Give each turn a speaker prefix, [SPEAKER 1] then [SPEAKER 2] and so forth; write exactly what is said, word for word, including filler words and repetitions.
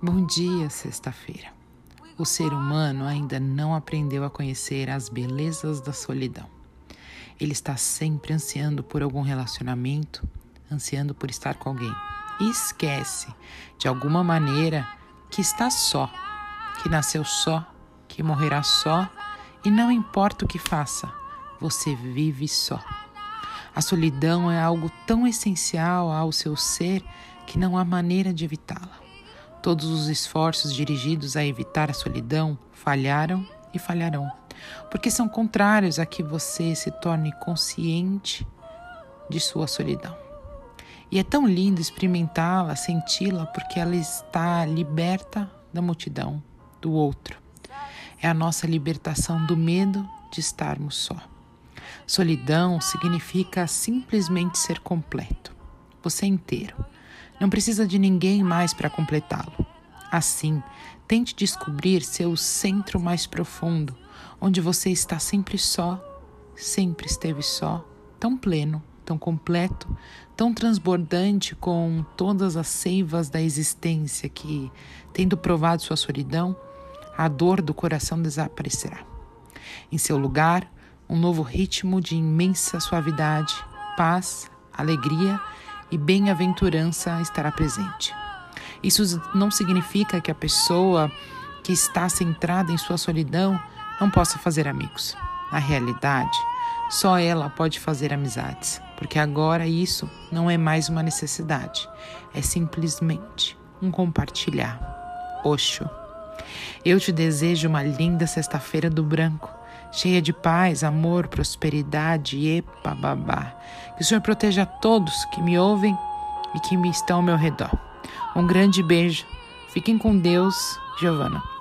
[SPEAKER 1] Bom dia, sexta-feira. O ser humano ainda não aprendeu a conhecer as belezas da solidão. Ele está sempre ansiando por algum relacionamento, ansiando por estar com alguém. E esquece, de alguma maneira, que está só, que nasceu só, que morrerá só, e não importa o que faça, você vive só. A solidão é algo tão essencial ao seu ser que não há maneira de evitá-la. Todos os esforços dirigidos a evitar a solidão falharam e falharão, porque são contrários a que você se torne consciente de sua solidão. E é tão lindo experimentá-la, senti-la, porque ela está liberta da multidão, do outro. É a nossa libertação do medo de estarmos só. Solidão significa simplesmente ser completo. Você é inteiro. Não precisa de ninguém mais para completá-lo. Assim, tente descobrir seu centro mais profundo, onde você está sempre só, sempre esteve só, tão pleno, tão completo, tão transbordante com todas as seivas da existência que, tendo provado sua solidão, a dor do coração desaparecerá. Em seu lugar, um novo ritmo de imensa suavidade, paz, alegria e bem-aventurança estará presente. Isso não significa que a pessoa que está centrada em sua solidão não possa fazer amigos. Na realidade, só ela pode fazer amizades, porque agora isso não é mais uma necessidade, é simplesmente um compartilhar. Osho. Eu te desejo uma linda sexta-feira do branco, cheia de paz, amor, prosperidade e bababá. Que o Senhor proteja a todos que me ouvem e que me estão ao meu redor. Um grande beijo. Fiquem com Deus, Giovana.